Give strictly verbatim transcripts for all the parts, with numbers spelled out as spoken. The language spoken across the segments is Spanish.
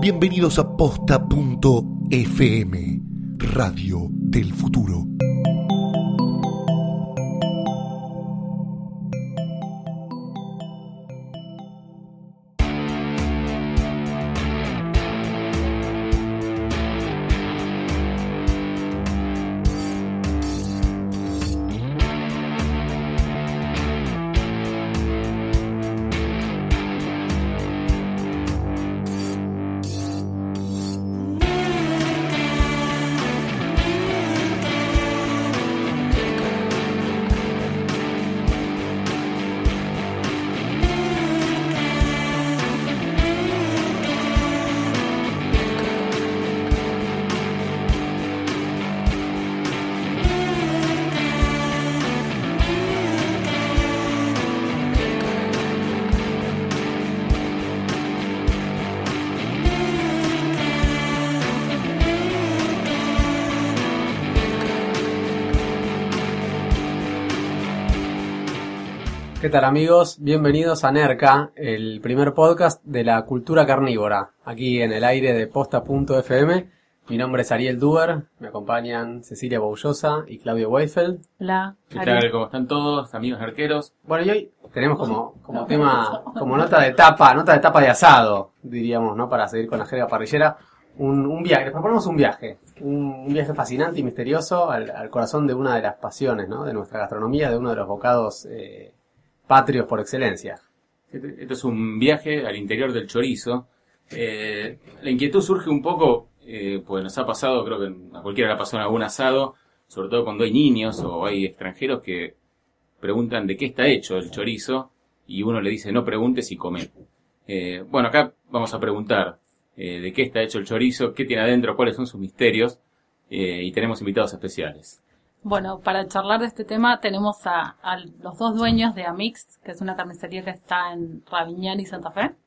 Bienvenidos a posta punto efe eme, Radio del Futuro. ¿Qué tal, amigos? Bienvenidos a Nerca, el primer podcast de la cultura carnívora, aquí en el aire de posta punto efe eme. Mi nombre es Ariel Duber, me acompañan Cecilia Boullosa y Claudio Weifeld. Hola. ¿Qué tal? ¿Cómo están todos, amigos arqueros? Bueno, y hoy tenemos como, como tema, como nota de tapa, nota de tapa de asado, diríamos, ¿no? Para seguir con la jerga parrillera, un, un viaje, les proponemos un viaje, un, un viaje fascinante y misterioso al, al corazón de una de las pasiones, ¿no? De nuestra gastronomía, de uno de los bocados eh, patrios por excelencia. Esto es un viaje al interior del chorizo. Eh, la inquietud surge un poco, eh, pues nos ha pasado, creo que a cualquiera le ha pasado en algún asado, sobre todo cuando hay niños o hay extranjeros que preguntan de qué está hecho el chorizo y uno le dice no preguntes y come. Eh, bueno, acá vamos a preguntar eh, de qué está hecho el chorizo, qué tiene adentro, cuáles son sus misterios eh, y tenemos invitados especiales. Bueno, para charlar de este tema tenemos a, a los dos dueños de Amix, que es una carnicería que está en Raviñán y Santa Fe.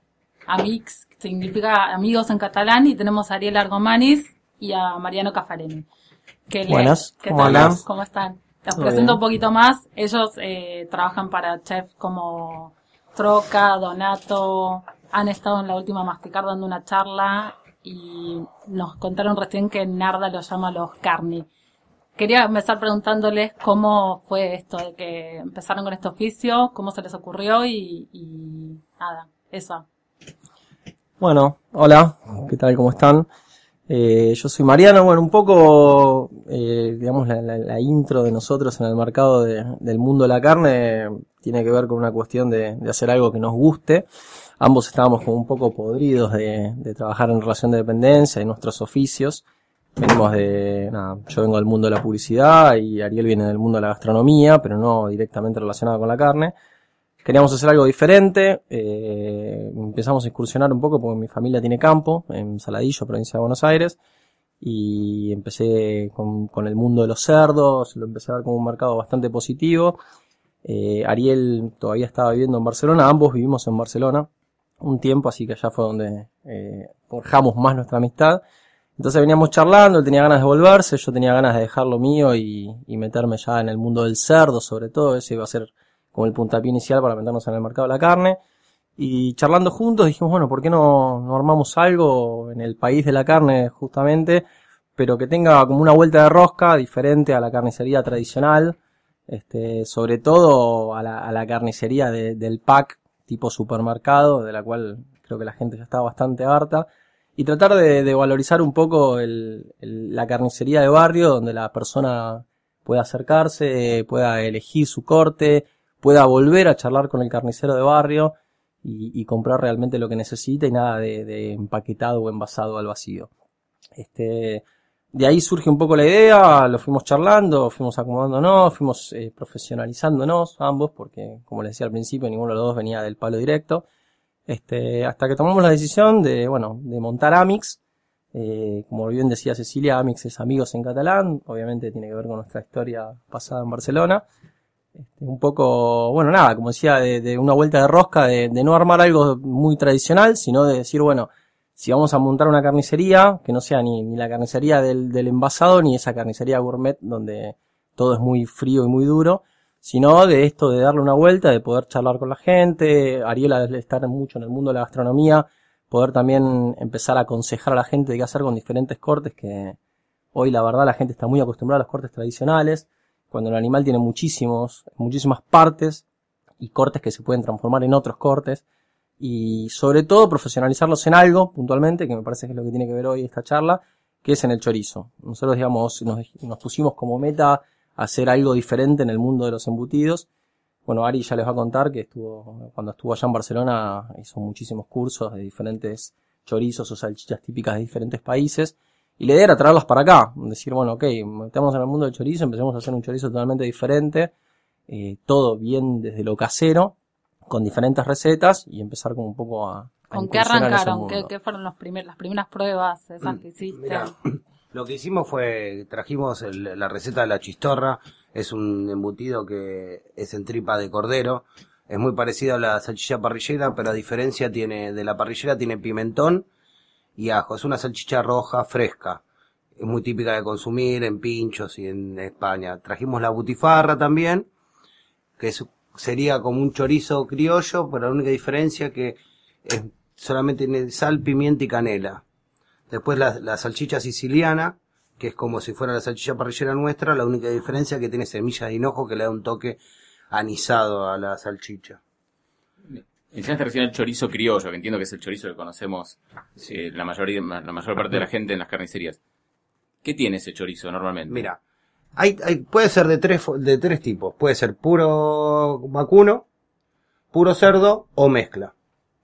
Amix significa amigos en catalán, y tenemos a Ariel Argomanis y a Mariano Caffareni. Que Buenas, ¿qué ¿cómo tal? andan? ¿Cómo están? Les Todo presento bien. un poquito más. Ellos eh, trabajan para chefs como Troca, Donato, han estado en La Última Masticar dando una charla y nos contaron recién que Narda los llama los carni. Quería empezar preguntándoles cómo fue esto de que empezaron con este oficio, cómo se les ocurrió y, y nada, eso. Bueno, hola, ¿qué tal? ¿Cómo están? Eh, yo soy Mariano. Bueno, un poco, eh, digamos, la, la, la intro de nosotros en el mercado de, del mundo de la carne tiene que ver con una cuestión de, de hacer algo que nos guste. Ambos estábamos como un poco podridos de, de trabajar en relación de dependencia y nuestros oficios. Venimos de, nada, yo vengo del mundo de la publicidad y Ariel viene del mundo de la gastronomía, pero no directamente relacionado con la carne. Queríamos hacer algo diferente, eh, empezamos a incursionar un poco porque mi familia tiene campo en Saladillo, provincia de Buenos Aires, y empecé con, con el mundo de los cerdos, lo empecé a ver como un mercado bastante positivo. Eh, Ariel todavía estaba viviendo en Barcelona, ambos vivimos en Barcelona un tiempo, así que allá fue donde eh, forjamos más nuestra amistad. Entonces veníamos charlando, él tenía ganas de volverse, yo tenía ganas de dejar lo mío y, y meterme ya en el mundo del cerdo, sobre todo. Ese iba a ser como el puntapié inicial para meternos en el mercado de la carne. Y charlando juntos dijimos, bueno, ¿por qué no, no armamos algo en el país de la carne justamente, pero que tenga como una vuelta de rosca diferente a la carnicería tradicional, este, sobre todo a la, a la carnicería de, del pack tipo supermercado, de la cual creo que la gente ya está bastante harta. Y tratar de, de valorizar un poco el, el, la carnicería de barrio, donde la persona pueda acercarse, pueda elegir su corte, pueda volver a charlar con el carnicero de barrio y, y comprar realmente lo que necesita y nada de, de empaquetado o envasado al vacío. Este, de ahí surge un poco la idea, lo fuimos charlando, fuimos acomodándonos, fuimos eh, profesionalizándonos ambos, porque como les decía al principio, ninguno de los dos venía del palo directo. Este, hasta que tomamos la decisión de, bueno, de montar Amix. Eh, como bien decía Cecilia, Amix es amigos en catalán, obviamente tiene que ver con nuestra historia pasada en Barcelona. Este, un poco, bueno, nada, como decía, de, de una vuelta de rosca, de, de no armar algo muy tradicional, sino de decir, bueno, si vamos a montar una carnicería, que no sea ni, ni la carnicería del, del envasado, ni esa carnicería gourmet donde todo es muy frío y muy duro, sino de esto de darle una vuelta, de poder charlar con la gente. Ariel, al estar mucho en el mundo de la gastronomía, poder también empezar a aconsejar a la gente de qué hacer con diferentes cortes, que hoy la verdad la gente está muy acostumbrada a los cortes tradicionales, cuando el animal tiene muchísimos, muchísimas partes y cortes que se pueden transformar en otros cortes, y sobre todo profesionalizarlos en algo puntualmente, que me parece que es lo que tiene que ver hoy esta charla, que es en el chorizo. Nosotros, digamos, nos, nos pusimos como meta hacer algo diferente en el mundo de los embutidos. Bueno, Ari ya les va a contar que estuvo, cuando estuvo allá en Barcelona, hizo muchísimos cursos de diferentes chorizos o salchichas típicas de diferentes países, y la idea era traerlas para acá, decir, bueno, ok, estamos en el mundo del chorizo, empecemos a hacer un chorizo totalmente diferente, eh, todo bien desde lo casero, con diferentes recetas, y empezar como un poco a... ¿Con qué arrancaron? ¿Qué, ¿Qué fueron los primer, las primeras pruebas esas que hiciste? Mirá, lo que hicimos fue, trajimos el, la receta de la chistorra, es un embutido que es en tripa de cordero, es muy parecido a la salchicha parrillera, pero a diferencia tiene de la parrillera tiene pimentón y ajo, es una salchicha roja fresca, es muy típica de consumir en pinchos y en España. Trajimos la butifarra también, que es, sería como un chorizo criollo, pero la única diferencia que es solamente tiene sal, pimienta y canela. Después la, la salchicha siciliana, que es como si fuera la salchicha parrillera nuestra, la única diferencia es que tiene semillas de hinojo que le da un toque anisado a la salchicha. Mencionaste recién el chorizo criollo, que entiendo que es el chorizo que conocemos eh, la mayoría, la mayor parte de la gente en las carnicerías. ¿Qué tiene ese chorizo normalmente? Mira, hay, hay, puede ser de tres, de tres tipos. Puede ser puro vacuno, puro cerdo o mezcla.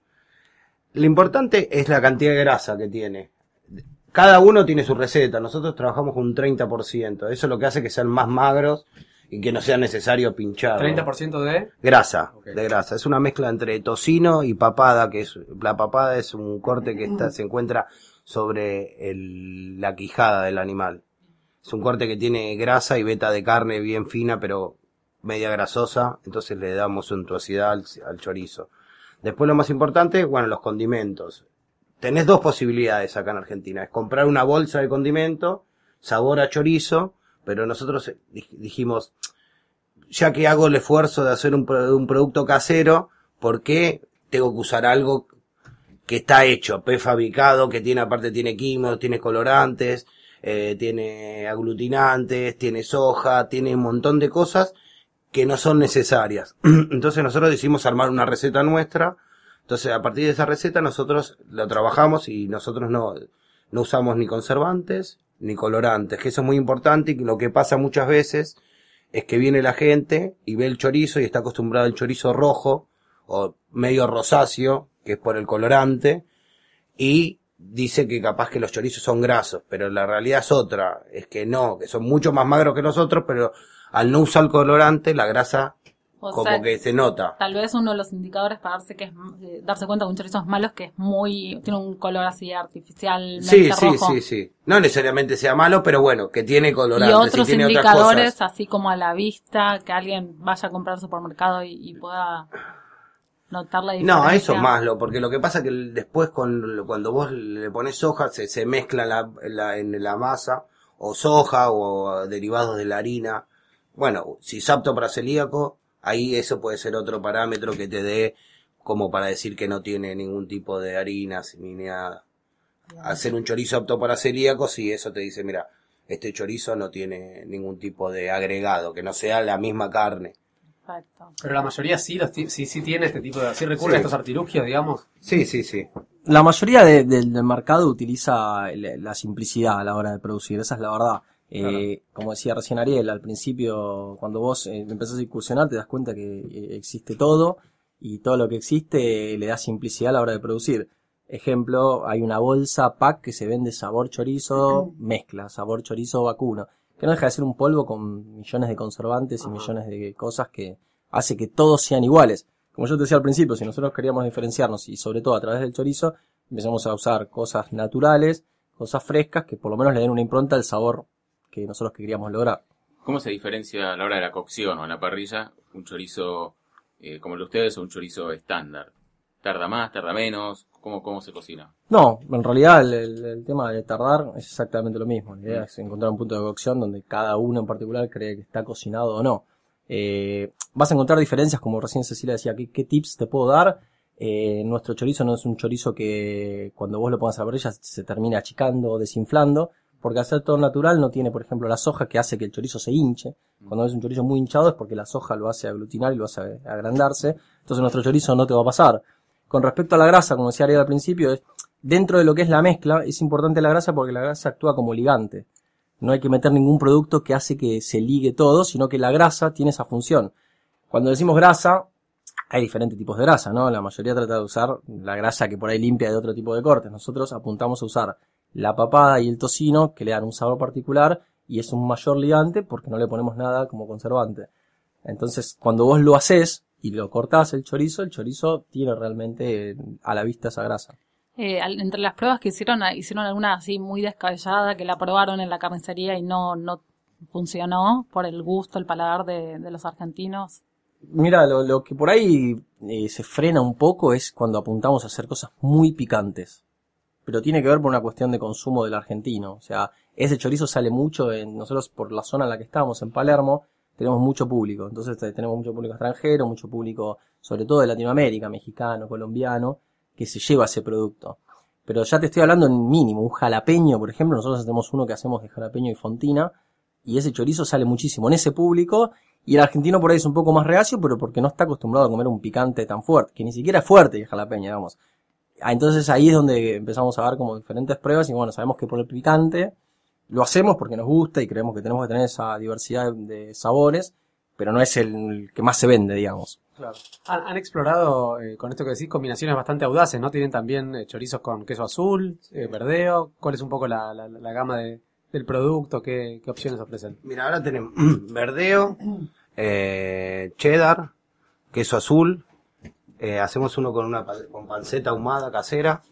Lo importante es la cantidad de grasa que tiene. Cada uno tiene su receta. Nosotros trabajamos con un treinta por ciento. Eso es lo que hace que sean más magros y que no sea necesario pinchar. ¿treinta por ciento de? Grasa, Okay. de grasa. Es una mezcla entre tocino y papada, que es, la papada es un corte que está, se encuentra sobre el, la quijada del animal. Es un corte que tiene grasa y veta de carne bien fina, pero media grasosa, entonces le damos suntuosidad al, al chorizo. Después lo más importante, bueno, los condimentos. Tenés dos posibilidades acá en Argentina. Es comprar una bolsa de condimento, sabor a chorizo, pero nosotros dijimos, ya que hago el esfuerzo de hacer un, un producto casero, ¿por qué tengo que usar algo que está hecho, prefabricado, que tiene, aparte tiene químicos, tiene colorantes, eh, tiene aglutinantes, tiene soja, tiene un montón de cosas que no son necesarias? Entonces nosotros decidimos armar una receta nuestra. Entonces a partir de esa receta nosotros la trabajamos y nosotros no, no usamos ni conservantes ni colorantes, que eso es muy importante, y lo que pasa muchas veces es que viene la gente y ve el chorizo y está acostumbrado al chorizo rojo o medio rosáceo, que es por el colorante, y dice que capaz que los chorizos son grasos, pero la realidad es otra, es que no, que son mucho más magros que nosotros, pero al no usar colorante la grasa O como sea, que se nota. Tal vez uno de los indicadores para darse que es, eh, darse cuenta que un chorizo es malo es que es muy, tiene un color así artificialmente Sí, rojo. sí, sí, sí. No necesariamente sea malo, pero bueno, que tiene colorante. Y otros si tiene indicadores, otras cosas. así como a la vista, que alguien vaya a comprar al supermercado y, y pueda notar la diferencia. No, eso más, lo, porque lo que pasa es que el- después con, cuando vos le pones soja, se, se mezcla la, la, en la masa, o soja, o derivados de la harina. Bueno, si es apto para celíaco, ahí eso puede ser otro parámetro que te dé como para decir que no tiene ningún tipo de harinas ni nada. Hacer un chorizo apto para celíacos, sí, eso te dice, mira, este chorizo no tiene ningún tipo de agregado, que no sea la misma carne. Perfecto. Pero la mayoría sí, los ti- sí, sí tiene este tipo de... Sí recurre Sí. a estos artilugios, digamos. Sí, sí, sí. La mayoría de- del, del mercado utiliza el- la simplicidad a la hora de producir, esa es la verdad. Eh, como decía recién Ariel, al principio, cuando vos eh, empezás a incursionar, te das cuenta que eh, existe todo, y todo lo que existe le da simplicidad a la hora de producir. Ejemplo, hay una bolsa pack que se vende sabor chorizo mezcla, sabor chorizo vacuno, que no deja de ser un polvo con millones de conservantes y Ajá. millones de cosas que hace que todos sean iguales. Como yo te decía al principio, si nosotros queríamos diferenciarnos, y sobre todo a través del chorizo, empezamos a usar cosas naturales, cosas frescas, que por lo menos le den una impronta al sabor que nosotros queríamos lograr. ¿Cómo se diferencia a la hora de la cocción o en la parrilla un chorizo eh, como el de ustedes o un chorizo estándar? ¿Tarda más, tarda menos? ¿Cómo, cómo se cocina? No, en realidad el, el- el tema de tardar es exactamente lo mismo. La idea es encontrar un punto de cocción donde cada uno en particular cree que está cocinado o no. Eh, vas a encontrar diferencias, como recién Cecilia decía, ¿qué, qué tips te puedo dar? Eh, nuestro chorizo no es un chorizo que cuando vos lo pongas a la parrilla se termina achicando o desinflando, porque al ser todo natural no tiene, por ejemplo, la soja que hace que el chorizo se hinche. Cuando es un chorizo muy hinchado es porque la soja lo hace aglutinar y lo hace agrandarse. Entonces nuestro chorizo no te va a pasar. Con respecto a la grasa, como decía Ariel al principio, es, dentro de lo que es la mezcla, es importante la grasa porque la grasa actúa como ligante. No hay que meter ningún producto que hace que se ligue todo, sino que la grasa tiene esa función. Cuando decimos grasa, hay diferentes tipos de grasa, ¿no? La mayoría trata de usar la grasa que por ahí limpia de otro tipo de cortes. Nosotros apuntamos a usar la papada y el tocino, que le dan un sabor particular, y es un mayor ligante porque no le ponemos nada como conservante. Entonces, cuando vos lo haces y lo cortás el chorizo, el chorizo tiene realmente a la vista esa grasa. Eh, al- entre las pruebas que hicieron, hicieron alguna así muy descabellada que la probaron en la carnicería y no, no funcionó por el gusto, el paladar de, de los argentinos. Mira, lo, lo que por ahí eh, se frena un poco es cuando apuntamos a hacer cosas muy picantes. Pero tiene que ver por una cuestión de consumo del argentino. O sea, ese chorizo sale mucho en, nosotros por la zona en la que estamos, en Palermo, tenemos mucho público. Entonces eh, tenemos mucho público extranjero, mucho público, sobre todo de Latinoamérica, mexicano, colombiano, que se lleva ese producto. Pero ya te estoy hablando en mínimo, un jalapeño, por ejemplo, nosotros tenemos uno que hacemos de jalapeño y fontina, y ese chorizo sale muchísimo en ese público, y el argentino por ahí es un poco más reacio, pero porque no está acostumbrado a comer un picante tan fuerte, que ni siquiera es fuerte el jalapeño, digamos. Ah, entonces ahí es donde empezamos a ver como diferentes pruebas, y bueno, sabemos que por el picante lo hacemos porque nos gusta y creemos que tenemos que tener esa diversidad de sabores, pero no es el que más se vende, digamos. Claro. Han, han explorado, eh, con esto que decís, combinaciones bastante audaces, ¿no? Tienen también eh, chorizos con queso azul, eh, verdeo. ¿Cuál es un poco la, la, la gama de, del producto? ¿Qué, qué opciones ofrecen? Mira, ahora tenemos verdeo, eh, cheddar, queso azul, eh, hacemos uno con una pa- con panceta ahumada casera,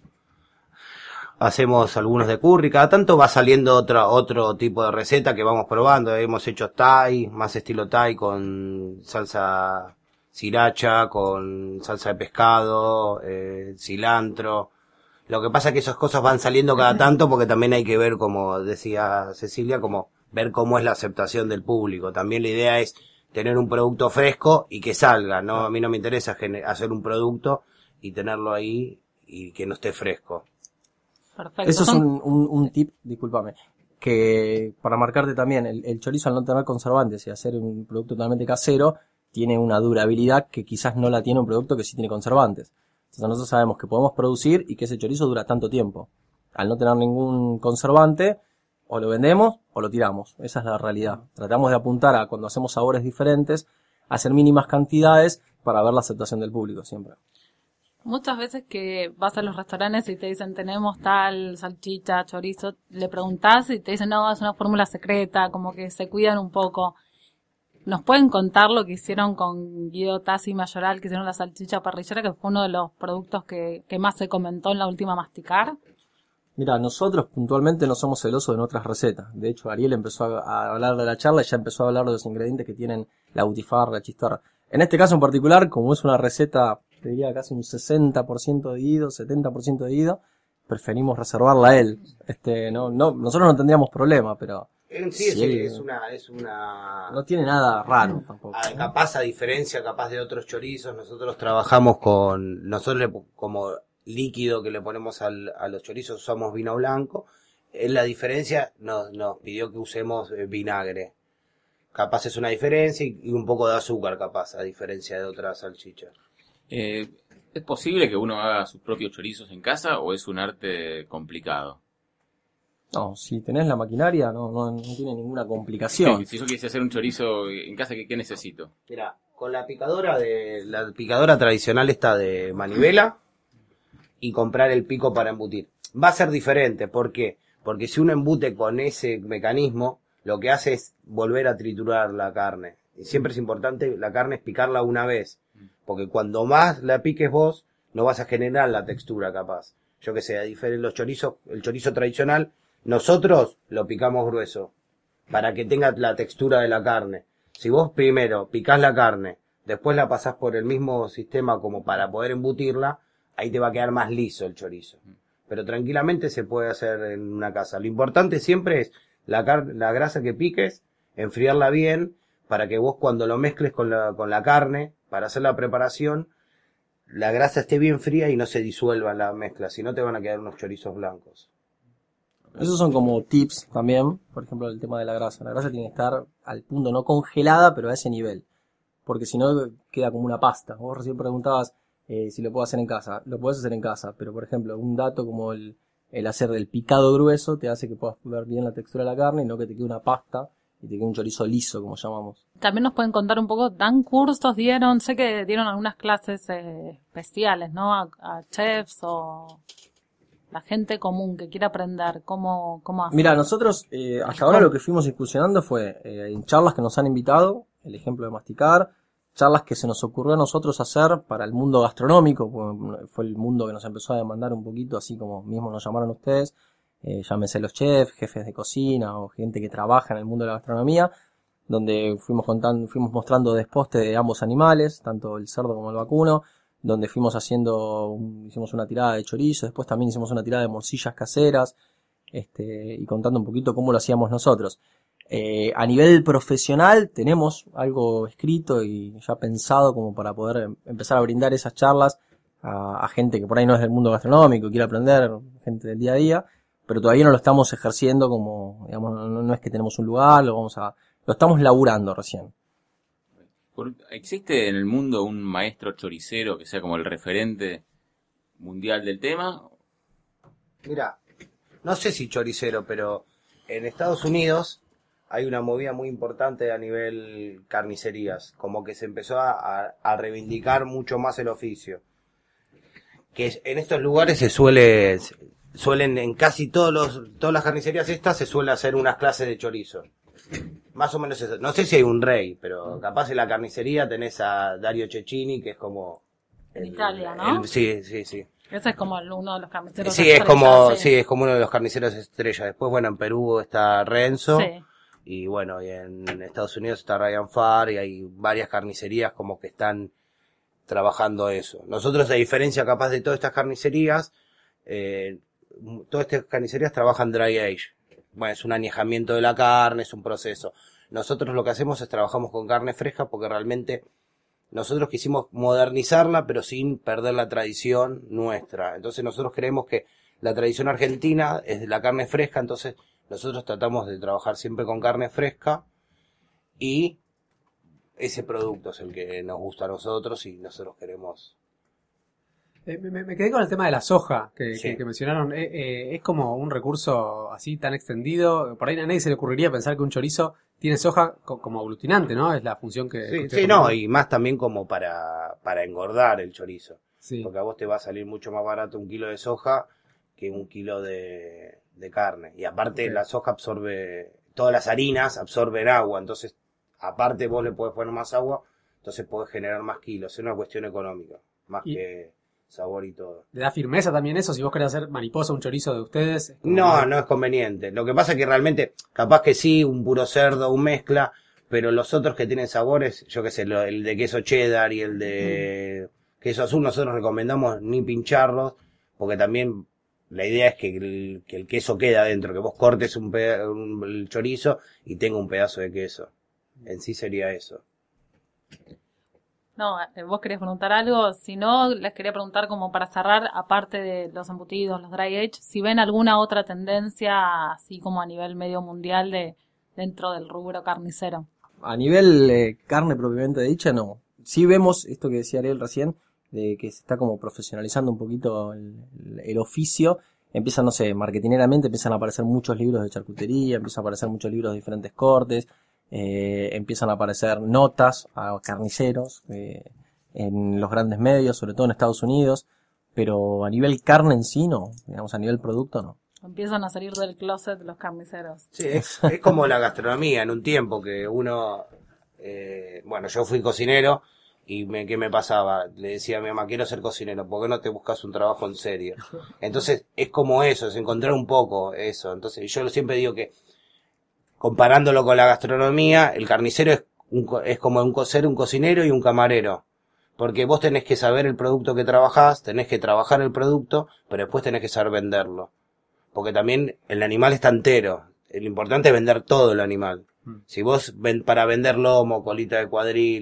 hacemos algunos de curry, cada tanto va saliendo otro, otro tipo de receta que vamos probando. Hemos hecho thai, más estilo thai con salsa sriracha, con salsa de pescado, eh, cilantro. Lo que pasa es que esas cosas van saliendo cada tanto porque también hay que ver, como decía Cecilia, como ver cómo es la aceptación del público. También la idea es tener un producto fresco y que salga, ¿no? A mí no me interesa gener- hacer un producto y tenerlo ahí y que no esté fresco. Perfecto. Eso es Son- un, un, un tip, discúlpame, que para marcarte también, el, el chorizo al no tener conservantes y hacer un producto totalmente casero, tiene una durabilidad que quizás no la tiene un producto que sí tiene conservantes. Entonces nosotros sabemos que podemos producir y que ese chorizo dura tanto tiempo. Al no tener ningún conservante, o lo vendemos o lo tiramos. Esa es la realidad. Tratamos de apuntar a cuando hacemos sabores diferentes, a hacer mínimas cantidades para ver la aceptación del público siempre. Muchas veces que vas a los restaurantes y te dicen tenemos tal salchicha, chorizo, le preguntás y te dicen no, es una fórmula secreta, como que se cuidan un poco. ¿Nos pueden contar lo que hicieron con Guido Tassi Mayoral, que hicieron la salchicha parrillera, que fue uno de los productos que, que más se comentó en la última Masticar? Mira, nosotros puntualmente no somos celosos de nuestras recetas. De hecho, Ariel empezó a, a hablar de la charla y ya empezó a hablar de los ingredientes que tienen la butifarra, la chistorra. En este caso en particular, como es una receta, te diría casi un sesenta por ciento de Guido, setenta por ciento de Guido, preferimos reservarla a él. Este, no, no, nosotros no tendríamos problema, pero En sí, Sí, es, él- es una, es una, no tiene nada raro tampoco. Ah, ¿no? capaz a diferencia capaz de otros chorizos, nosotros trabajamos con, nosotros le, como líquido que le ponemos al, a los chorizos usamos vino blanco. En la diferencia nos, nos pidió que usemos eh, vinagre. Capaz es una diferencia y, y un poco de azúcar capaz, a diferencia de otras salchichas. Eh, ¿Es posible que uno haga sus propios chorizos en casa o es un arte complicado? No, si tenés la maquinaria no, no, no tiene ninguna complicación. Sí, si yo quisiera hacer un chorizo en casa, ¿qué, qué necesito? Mira, con la picadora de, la picadora tradicional esta de manivela y comprar el pico para embutir. Va a ser diferente, ¿por qué? Porque si uno embute con ese mecanismo, lo que hace es volver a triturar la carne. Y siempre es importante la carne es picarla una vez, porque cuando más la piques vos, no vas a generar la textura capaz. Yo que sé, a diferencia los chorizos, el chorizo tradicional, nosotros lo picamos grueso, para que tenga la textura de la carne. Si vos primero picás la carne, después la pasás por el mismo sistema como para poder embutirla, ahí te va a quedar más liso el chorizo. Pero tranquilamente se puede hacer en una casa. Lo importante siempre es la, car- la grasa que piques, enfriarla bien, para que vos cuando lo mezcles con la, con la carne, para hacer la preparación, la grasa esté bien fría y no se disuelva la mezcla, si no te van a quedar unos chorizos blancos. Esos son como tips también, por ejemplo, el tema de la grasa. La grasa tiene que estar al punto, no congelada, pero a ese nivel. Porque si no, queda como una pasta. Vos recién preguntabas eh, si lo puedo hacer en casa. Lo podés hacer en casa, pero por ejemplo, un dato como el, el hacer del picado grueso te hace que puedas ver bien la textura de la carne y no que te quede una pasta y te quede un chorizo liso, como llamamos. También nos pueden contar un poco, dan cursos, dieron, sé que dieron algunas clases eh, especiales, ¿no? A, a chefs o la gente común que quiera aprender cómo, cómo hacer. Mira, nosotros eh, hasta ahora lo que fuimos incursionando fue eh, en charlas que nos han invitado, el ejemplo de masticar, charlas que se nos ocurrió a nosotros hacer para el mundo gastronómico, fue el mundo que nos empezó a demandar un poquito, así como mismo nos llamaron ustedes, eh, llámese los chefs, jefes de cocina o gente que trabaja en el mundo de la gastronomía, donde fuimos contando, fuimos mostrando desposte de ambos animales, tanto el cerdo como el vacuno, donde fuimos haciendo, hicimos una tirada de chorizo, después también hicimos una tirada de morcillas caseras, este, y contando un poquito cómo lo hacíamos nosotros. Eh, a nivel profesional tenemos algo escrito y ya pensado como para poder empezar a brindar esas charlas a, a gente que por ahí no es del mundo gastronómico, quiere aprender, gente del día a día, pero todavía no lo estamos ejerciendo como, digamos, no, no es que tenemos un lugar, lo vamos a, lo estamos laburando recién. ¿Existe en el mundo un maestro choricero que sea como el referente mundial del tema? Mira, no sé si choricero, pero en Estados Unidos hay una movida muy importante a nivel carnicerías, como que se empezó a, a, a reivindicar mucho más el oficio. Que en estos lugares se suele, suelen, en casi todos los, todas las carnicerías estas se suele hacer unas clases de chorizo. Más o menos eso. No sé si hay un rey, pero capaz en la carnicería tenés a Dario Cecchini, que es como... En el, Italia, ¿no? el, sí, sí, sí. Ese es como el, uno de los carniceros Sí, es estrellas, como, sí. sí, es como uno de los carniceros estrella. Después, bueno, en Perú está Renzo. Sí. Y bueno, y en Estados Unidos está Ryan Farr y hay varias carnicerías como que están trabajando eso. Nosotros, a diferencia capaz de todas estas carnicerías, eh, todas estas carnicerías trabajan dry age. Bueno, es un añejamiento de la carne, es un proceso. Nosotros lo que hacemos es trabajamos con carne fresca porque realmente nosotros quisimos modernizarla pero sin perder la tradición nuestra. Entonces nosotros creemos que la tradición argentina es de la carne fresca, entonces nosotros tratamos de trabajar siempre con carne fresca y ese producto es el que nos gusta a nosotros y nosotros queremos. Eh, me, me quedé con el tema de la soja que, Sí. que, que mencionaron. Eh, eh, es como un recurso así tan extendido. Por ahí a nadie se le ocurriría pensar que un chorizo tiene soja co- como aglutinante, ¿no? Es la función que... que Sí, ustedes sí, no, comentan. y más también como para, para engordar el chorizo. Sí. Porque a vos te va a salir mucho más barato un kilo de soja que un kilo de, de carne. Y aparte Ok. la soja absorbe, todas las harinas absorben agua, entonces aparte vos le podés poner más agua, entonces podés generar más kilos. Es una cuestión económica, más Y- que sabor y todo. ¿Le da firmeza también eso? Si vos querés hacer mariposa, un chorizo de ustedes. es como No, más- no es conveniente. Lo que pasa es que realmente, capaz que sí, un puro cerdo, un mezcla, pero los otros que tienen sabores, yo qué sé, lo- el de queso cheddar y el de queso azul, nosotros recomendamos ni pincharlos, porque también la idea es que el, que el queso quede adentro, que vos cortes un, peda- un el chorizo y tenga un pedazo de queso. En sí sería eso. No, eh, vos querías preguntar algo. Si no, les quería preguntar como para cerrar, aparte de los embutidos, los dry age, si ven alguna otra tendencia, así como a nivel medio mundial de dentro del rubro carnicero. A nivel eh, carne propiamente dicha, no. Sí vemos esto que decía Ariel recién, de que se está como profesionalizando un poquito el, el- el oficio. Empiezan, no sé, marketineramente empiezan a aparecer muchos libros de charcutería, empiezan a aparecer muchos libros de diferentes cortes, eh, empiezan a aparecer notas a carniceros eh, en los grandes medios, sobre todo en Estados Unidos, pero a nivel carne en sí no, digamos a nivel producto no. Empiezan a salir del closet los carniceros. Sí, es, es como la gastronomía en un tiempo que uno, eh, bueno, yo fui cocinero y me, ¿qué me pasaba? Le decía a mi mamá, quiero ser cocinero, ¿por qué no te buscas un trabajo en serio? Entonces es como eso, es encontrar un poco eso. Entonces yo siempre digo que comparándolo con la gastronomía, el carnicero es, un, co- es como un, co- ser un cocinero y un camarero. Porque vos tenés que saber el producto que trabajás, tenés que trabajar el producto, pero después tenés que saber venderlo. Porque también el animal está entero. Lo importante es vender todo el animal. Mm. Si vos ven, para vender lomo, colita de cuadril,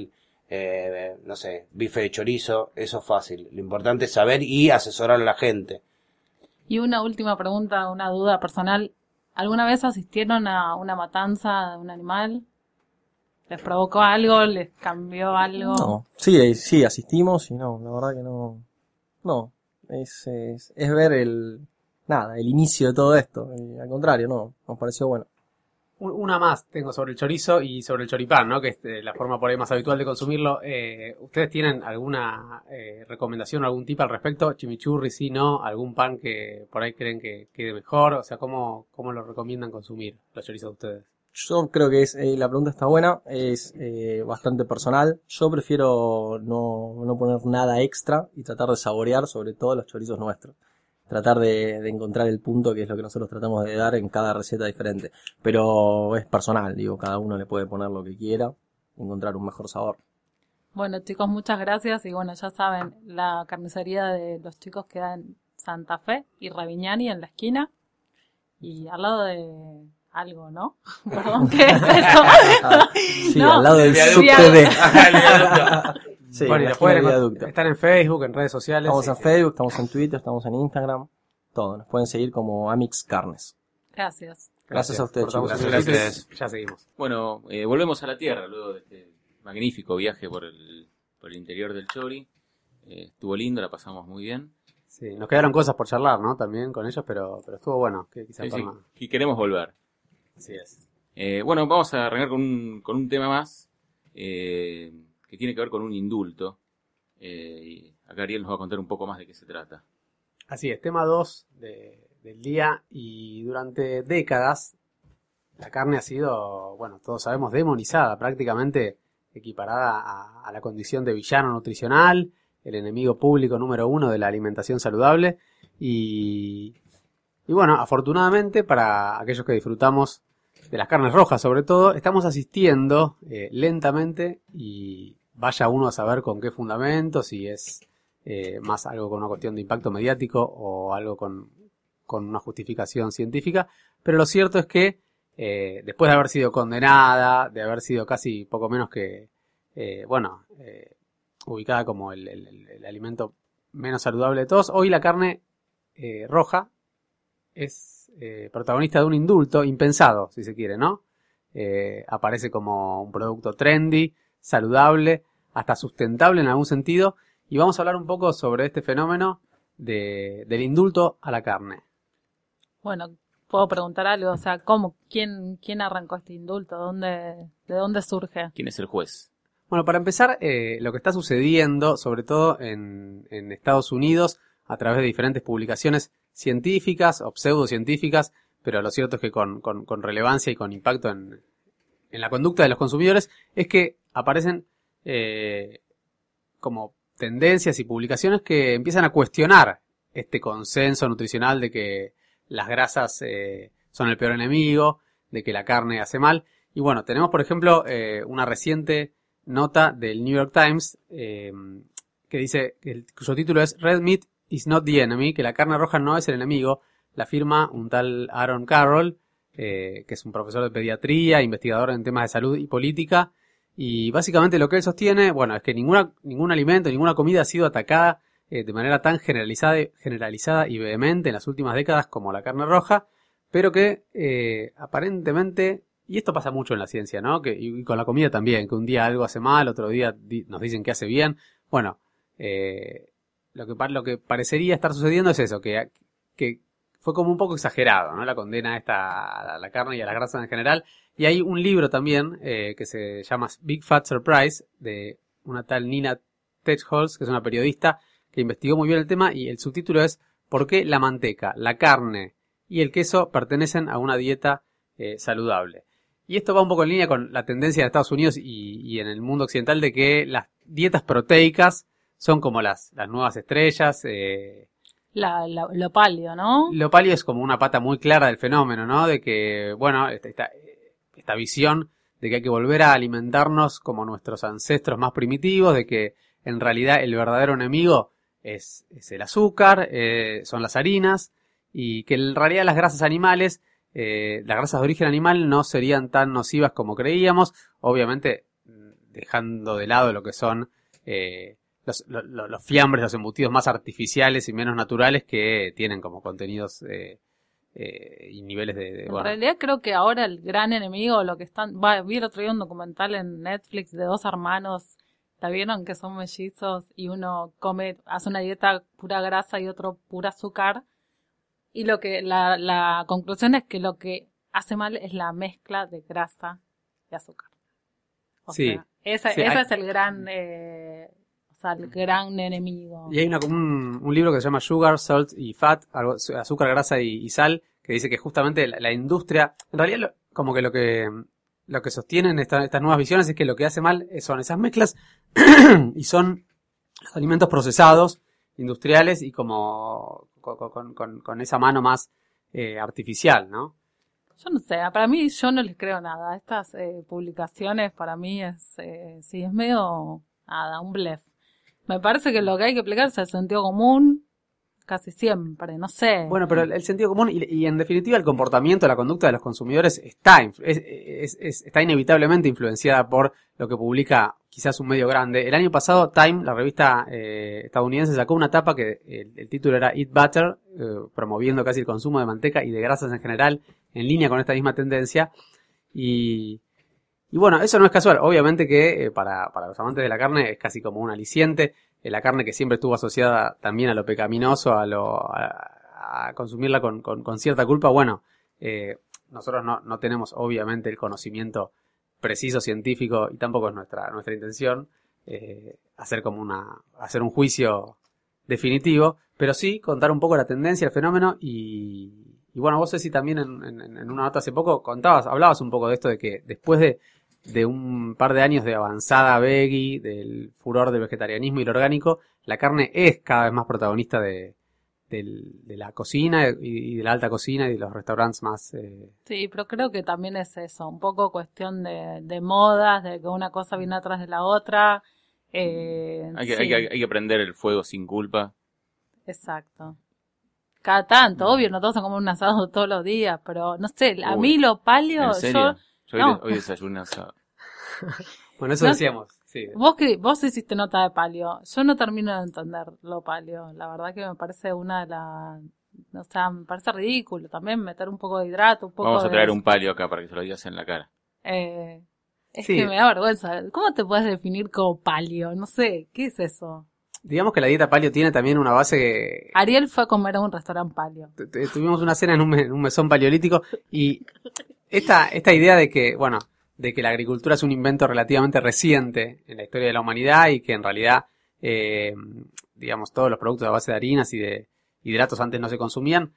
eh, no sé, bife de chorizo, eso es fácil. Lo importante es saber y asesorar a la gente. Y una última pregunta, una duda personal. ¿Alguna vez asistieron a una matanza de un animal? ¿Les provocó algo? ¿Les cambió algo? No, sí, sí, asistimos y no, la verdad que no. No, es, es, es ver el. Nada, el inicio de todo esto. Y al contrario, no, nos pareció bueno. Una más tengo sobre el chorizo y sobre el choripán, ¿no? Que es eh, la forma por ahí más habitual de consumirlo. Eh, ¿Ustedes tienen alguna eh, recomendación, algún tip al respecto? Chimichurri, sí, no, algún pan que por ahí creen que quede mejor. O sea, ¿cómo, cómo lo recomiendan consumir los chorizos de ustedes? Yo creo que es eh, la pregunta está buena, es eh, bastante personal. Yo prefiero no, no poner nada extra y tratar de saborear sobre todo los chorizos nuestros. Tratar de, de encontrar el punto que es lo que nosotros tratamos de dar en cada receta diferente. Pero es personal, digo, cada uno le puede poner lo que quiera y encontrar un mejor sabor. Bueno, chicos, muchas gracias. Y bueno, ya saben, la carnicería de los chicos queda en Santa Fe y Ravignani en la esquina. Y al lado de algo, ¿no? Perdón, ¿qué es eso? Sí, No, al lado del el subte de... Sí, Bueno, y en la los pueden esquina del encont- viaducto. están en Facebook, en redes sociales. Estamos en Sí. Facebook, estamos en Twitter, estamos en Instagram. Todo, nos pueden seguir como Amix Carnes. Gracias. Gracias a ustedes, Cortamos chicos. un Gracias a minutito y ustedes. Ya seguimos. Bueno, eh, volvemos a la tierra luego de este magnífico viaje por el, por el interior del Chori. Eh, estuvo lindo, la pasamos muy bien. Sí, nos quedaron cosas por charlar, ¿no? También con ellos, pero, pero estuvo bueno. Que quizá Sí, sí, forma- y queremos volver. Así es. Eh, bueno, vamos a arrancar con un, con un tema más eh, que tiene que ver con un indulto. Eh, y acá Ariel nos va a contar un poco más de qué se trata. Así es, tema dos de, del día. Y durante décadas la carne ha sido, bueno, todos sabemos, demonizada, prácticamente equiparada a, a la condición de villano nutricional, el enemigo público número uno de la alimentación saludable. Y, y bueno, afortunadamente para aquellos que disfrutamos de las carnes rojas sobre todo, estamos asistiendo eh, lentamente, y vaya uno a saber con qué fundamento, si es eh, más algo con una cuestión de impacto mediático o algo con, con una justificación científica, pero lo cierto es que eh, después de haber sido condenada, de haber sido casi poco menos que, eh, bueno, eh, ubicada como el, el, el, el alimento menos saludable de todos, hoy la carne eh, roja es eh, protagonista de un indulto impensado, si se quiere, ¿no? Eh, aparece como un producto trendy, saludable, hasta sustentable en algún sentido, y vamos a hablar un poco sobre este fenómeno de, del indulto a la carne. Bueno, puedo preguntar algo, o sea, ¿cómo? ¿Quién, quién arrancó este indulto? ¿Dónde, ¿De dónde surge? ¿Quién es el juez? Bueno, para empezar, eh, lo que está sucediendo, sobre todo en, en Estados Unidos, a través de diferentes publicaciones científicas o pseudocientíficas, pero lo cierto es que con, con, con relevancia y con impacto en, en la conducta de los consumidores, es que aparecen eh, como tendencias y publicaciones que empiezan a cuestionar este consenso nutricional de que las grasas eh, son el peor enemigo, de que la carne hace mal. Y bueno, tenemos por ejemplo eh, una reciente nota del New York Times eh, que dice, el, cuyo título es Red Meat is not the enemy, que la carne roja no es el enemigo. La firma un tal Aaron Carroll, eh, que es un profesor de pediatría, investigador en temas de salud y política, y básicamente lo que él sostiene, bueno, es que ninguna, ningún alimento, ninguna comida ha sido atacada eh, de manera tan generalizada, generalizada y vehemente en las últimas décadas como la carne roja, pero que eh, aparentemente, y esto pasa mucho en la ciencia, ¿no? Que, y con la comida también, que un día algo hace mal, otro día di, nos dicen que hace bien. Bueno, eh, lo que, lo que parecería estar sucediendo es eso, que, que fue como un poco exagerado, ¿no? La condena a esta, a la carne y a las grasas en general. Y hay un libro también eh, que se llama Big Fat Surprise, de una tal Nina Techholz, que es una periodista que investigó muy bien el tema, y el subtítulo es ¿Por qué la manteca, la carne y el queso pertenecen a una dieta eh, saludable? Y esto va un poco en línea con la tendencia de Estados Unidos y, y en el mundo occidental de que las dietas proteicas son como las, las nuevas estrellas. Eh, La, la, lo paleo, ¿no? lo paleo es como una pata muy clara del fenómeno, ¿no? De que, bueno, esta, esta, esta visión de que hay que volver a alimentarnos como nuestros ancestros más primitivos, de que en realidad el verdadero enemigo es, es el azúcar, eh, son las harinas, y que en realidad las grasas animales, eh, las grasas de origen animal no serían tan nocivas como creíamos. Obviamente, dejando de lado lo que son eh, los, lo, lo, los fiambres, los embutidos más artificiales y menos naturales que tienen como contenidos eh, eh, y niveles de... de En bueno. realidad creo que ahora el gran enemigo, lo que están... Va, vi el otro día un documental en Netflix de dos hermanos, ¿la vieron? Que son mellizos y uno come, hace una dieta pura grasa y otro pura azúcar. Y lo que la, la conclusión es que lo que hace mal es la mezcla de grasa y azúcar. O Sí. sea, esa, Sí, ese hay- es el gran, eh, o sea, el gran enemigo. Y hay una, un, un libro que se llama Sugar, Salt y Fat, algo, azúcar, grasa y, y sal, que dice que justamente la, la industria, en realidad lo- como que lo que lo que sostienen esta- estas nuevas visiones es que lo que hace mal son esas mezclas y son los alimentos procesados, industriales y como con, con, con, con esa mano más eh, artificial, ¿no? Yo no sé, para mí yo no les creo nada. Estas eh, publicaciones para mí es, eh, sí, es medio, nada, un blef. Me parece que lo que hay que aplicar es el sentido común, casi siempre, no sé. Bueno, pero el, el sentido común y, y en definitiva el comportamiento, la conducta de los consumidores está, inf- es, es- es- está inevitablemente influenciada por lo que publica quizás un medio grande. El año pasado Time, la revista eh, estadounidense, sacó una tapa que el, el título era Eat Butter, eh, promoviendo casi el consumo de manteca y de grasas en general, en línea con esta misma tendencia. Y, y bueno, eso no es casual. Obviamente que eh, para, para los amantes de la carne es casi como un aliciente. Eh, la carne que siempre estuvo asociada también a lo pecaminoso, a lo a, a consumirla con, con, con cierta culpa. Bueno, eh, nosotros no, no tenemos obviamente el conocimiento preciso científico y tampoco es nuestra nuestra intención eh, hacer como una hacer un juicio definitivo, pero sí contar un poco la tendencia, el fenómeno y, y bueno, vos Ceci también en, en, en una nota hace poco contabas, hablabas un poco de esto de que después de de un par de años de avanzada veggie, del furor del vegetarianismo y lo orgánico, la carne es cada vez más protagonista de, del- de la cocina y, y de la alta cocina y de los restaurantes más... eh, Sí, pero creo que también es eso, un poco cuestión de, de modas, de que una cosa viene atrás de la otra. Eh, Hay que, sí, hay, que, hay que prender el fuego sin culpa. exacto. Cada tanto, obvio, no todos se comen un asado todos los días, pero no sé, a Uy, mí lo palio, ¿En yo, serio? Yo, no. hoy, hoy desayuné asado. Bueno, eso No- decíamos, sí. vos que vos hiciste nota de palio, yo no termino de entender lo palio, la verdad que me parece una de las, o sea, me parece ridículo también meter un poco de hidrato, un poco Vamos a de... traer un palio acá para que se lo digas en la cara. Eh, es Sí. que me da vergüenza. ¿Cómo te puedes definir como palio? No sé, ¿qué es eso? Digamos que la dieta paleo tiene también una base que... Ariel fue a comer a un restaurante palio. tu- tu- Tuvimos una cena en un, me- en un mesón paleolítico y esta, esta idea de que, bueno, de que la agricultura es un invento relativamente reciente en la historia de la humanidad y que en realidad, eh, digamos, todos los productos a base de harinas y de hidratos antes no se consumían,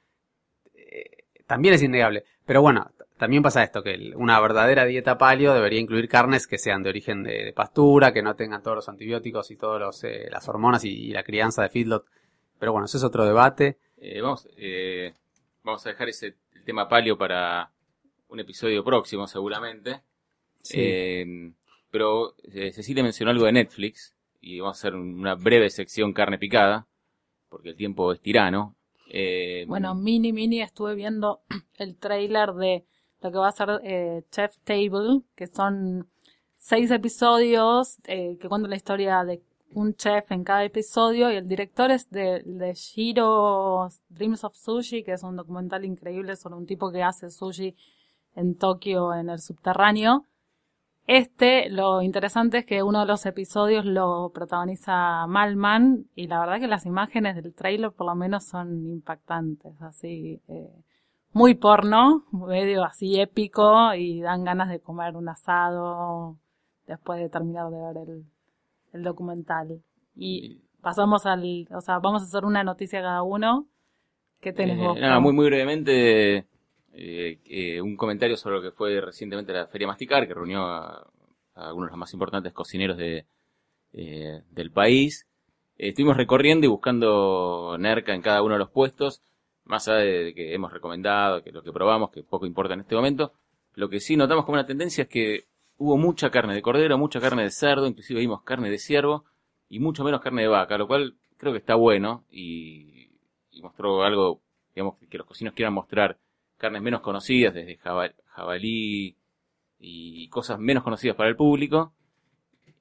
eh, también es innegable. Pero bueno, t- también pasa esto, que el- una verdadera dieta paleo debería incluir carnes que sean de origen de, de pastura, que no tengan todos los antibióticos y todas las hormonas y, y la crianza de feedlot. Pero bueno, eso es otro debate. Eh, vamos, eh, vamos a dejar ese el tema palio para un episodio próximo, seguramente. Sí. Eh, pero eh, Cecilia mencionó algo de Netflix y vamos a hacer una breve sección carne picada, porque el tiempo es tirano. Eh, Bueno, mini, mini, estuve viendo el tráiler de lo que va a ser eh, Chef Table, que son seis episodios eh, que cuentan la historia de un chef en cada episodio y el director es de, de Shiro's Dreams of Sushi, que es un documental increíble sobre un tipo que hace sushi en Tokio en el subterráneo. Este, lo interesante es que uno de los episodios lo protagoniza Malman y la verdad que las imágenes del tráiler por lo menos son impactantes, así, eh, muy porno, medio así épico y dan ganas de comer un asado después de terminar de ver el, el documental. Y pasamos al, o sea, vamos a hacer una noticia cada uno. ¿Qué tenés eh, vos? nada, Pau? muy, muy brevemente, eh, eh, un comentario sobre lo que fue recientemente la Feria Masticar, que reunió a, a algunos de los más importantes cocineros de, eh, del país. Eh, estuvimos recorriendo y buscando Nerca en cada uno de los puestos, más allá de, de que hemos recomendado, que lo que probamos, que poco importa en este momento. Lo que sí notamos como una tendencia es que hubo mucha carne de cordero, mucha carne de cerdo, inclusive vimos carne de ciervo y mucho menos carne de vaca, lo cual creo que está bueno y, y mostró algo, digamos, que los cocineros quieran mostrar carnes menos conocidas, desde jaba- jabalí y cosas menos conocidas para el público.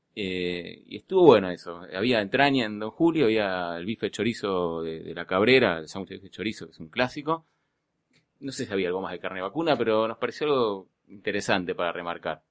Eh, y estuvo bueno eso. Había entraña en Don Julio, había el bife chorizo de, de la Cabrera, el sándwich de bife chorizo, que es un clásico. No sé si había algo más de carne vacuna, pero nos pareció algo interesante para remarcar.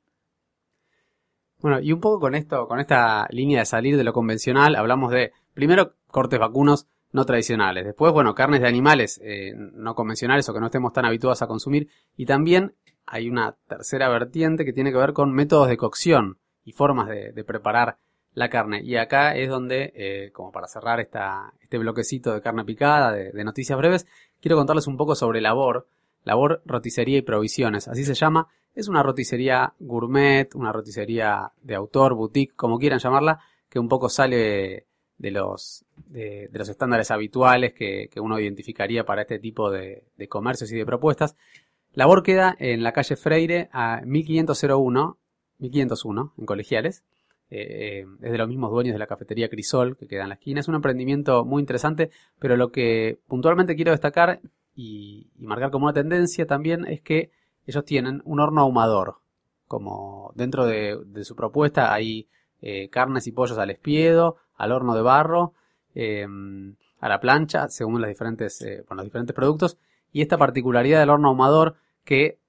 Bueno, y un poco con esto, con esta línea de salir de lo convencional, hablamos de, primero, cortes vacunos no tradicionales. Después, bueno, carnes de animales eh, no convencionales o que no estemos tan habituados a consumir. Y también hay una tercera vertiente que tiene que ver con métodos de cocción y formas de, de preparar la carne. Y acá es donde, eh, como para cerrar esta, este bloquecito de carne picada, de, de noticias breves, quiero contarles un poco sobre Labor. Labor Roticería y Provisiones, así se llama. Es una roticería gourmet, una roticería de autor, boutique, como quieran llamarla, que un poco sale de los, de, de los estándares habituales que, que uno identificaría para este tipo de, de comercios y de propuestas. Labor queda en la calle Freire a mil quinientos uno, en Colegiales. Eh, es de los mismos dueños de la cafetería Crisol, que queda en la esquina. Es un emprendimiento muy interesante, pero lo que puntualmente quiero destacar y, y marcar como una tendencia también es que ellos tienen un horno ahumador. Como dentro de, de su propuesta hay eh, carnes y pollos al espiedo, al horno de barro, eh, a la plancha, según las diferentes, eh, bueno, los diferentes productos. Y esta particularidad del horno ahumador que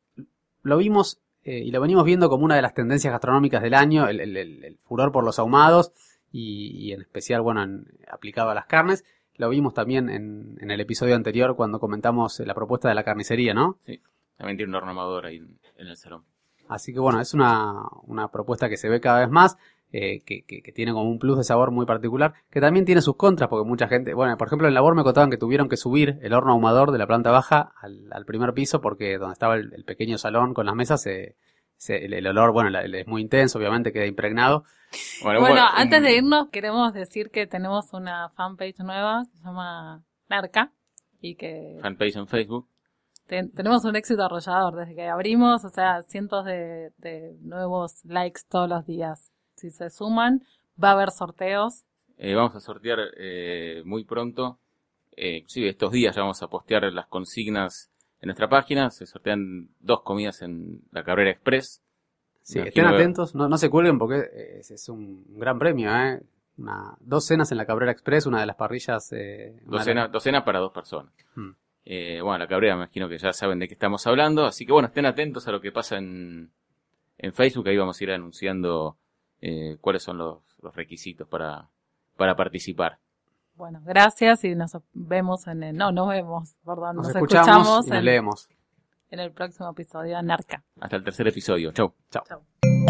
lo vimos eh, y lo venimos viendo como una de las tendencias gastronómicas del año, el, el, el furor por los ahumados y, y en especial, bueno, en, aplicado a las carnes. Lo vimos también en, en el episodio anterior cuando comentamos la propuesta de la carnicería, ¿no? Sí, también tiene un horno ahumador ahí en, en el salón. Así que bueno, es una, una propuesta que se ve cada vez más, eh, que, que, que tiene como un plus de sabor muy particular, que también tiene sus contras, porque mucha gente, bueno, por ejemplo en Labor me contaban que tuvieron que subir el horno ahumador de la planta baja al, al primer piso, porque donde estaba el, el pequeño salón con las mesas, se, se, el, el olor, bueno, la, es muy intenso, obviamente queda impregnado. Bueno, bueno un, antes de irnos queremos decir que tenemos una fanpage nueva, se llama Narca, y que... Fanpage en Facebook. Ten, tenemos un éxito arrollador desde que abrimos, o sea, cientos de, de nuevos likes todos los días. Si se suman, va a haber sorteos. Eh, vamos a sortear eh, muy pronto. Eh, sí, estos días ya vamos a postear las consignas en nuestra página. Se sortean dos comidas en la Cabrera Express. Sí, estén atentos, no, no se cuelguen porque es, es un gran premio, ¿eh? Una, dos cenas en la Cabrera Express, una de las parrillas... Eh, dos, cena, dos cenas para dos personas. Hmm. Eh, bueno, la Cabrera me imagino que ya saben de qué estamos hablando, así que bueno, estén atentos a lo que pasa en, en Facebook, ahí vamos a ir anunciando eh, cuáles son los, los requisitos para, para participar. Bueno, gracias y nos vemos en el, no, nos vemos, perdón, nos, nos escuchamos, escuchamos y nos en, leemos en el próximo episodio de Narca. Hasta el tercer episodio, chau. Chau. Chau.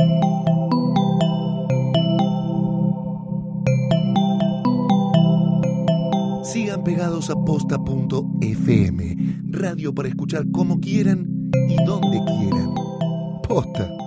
Sigan pegados a posta punto efe eme, radio para escuchar como quieran y donde quieran. Posta.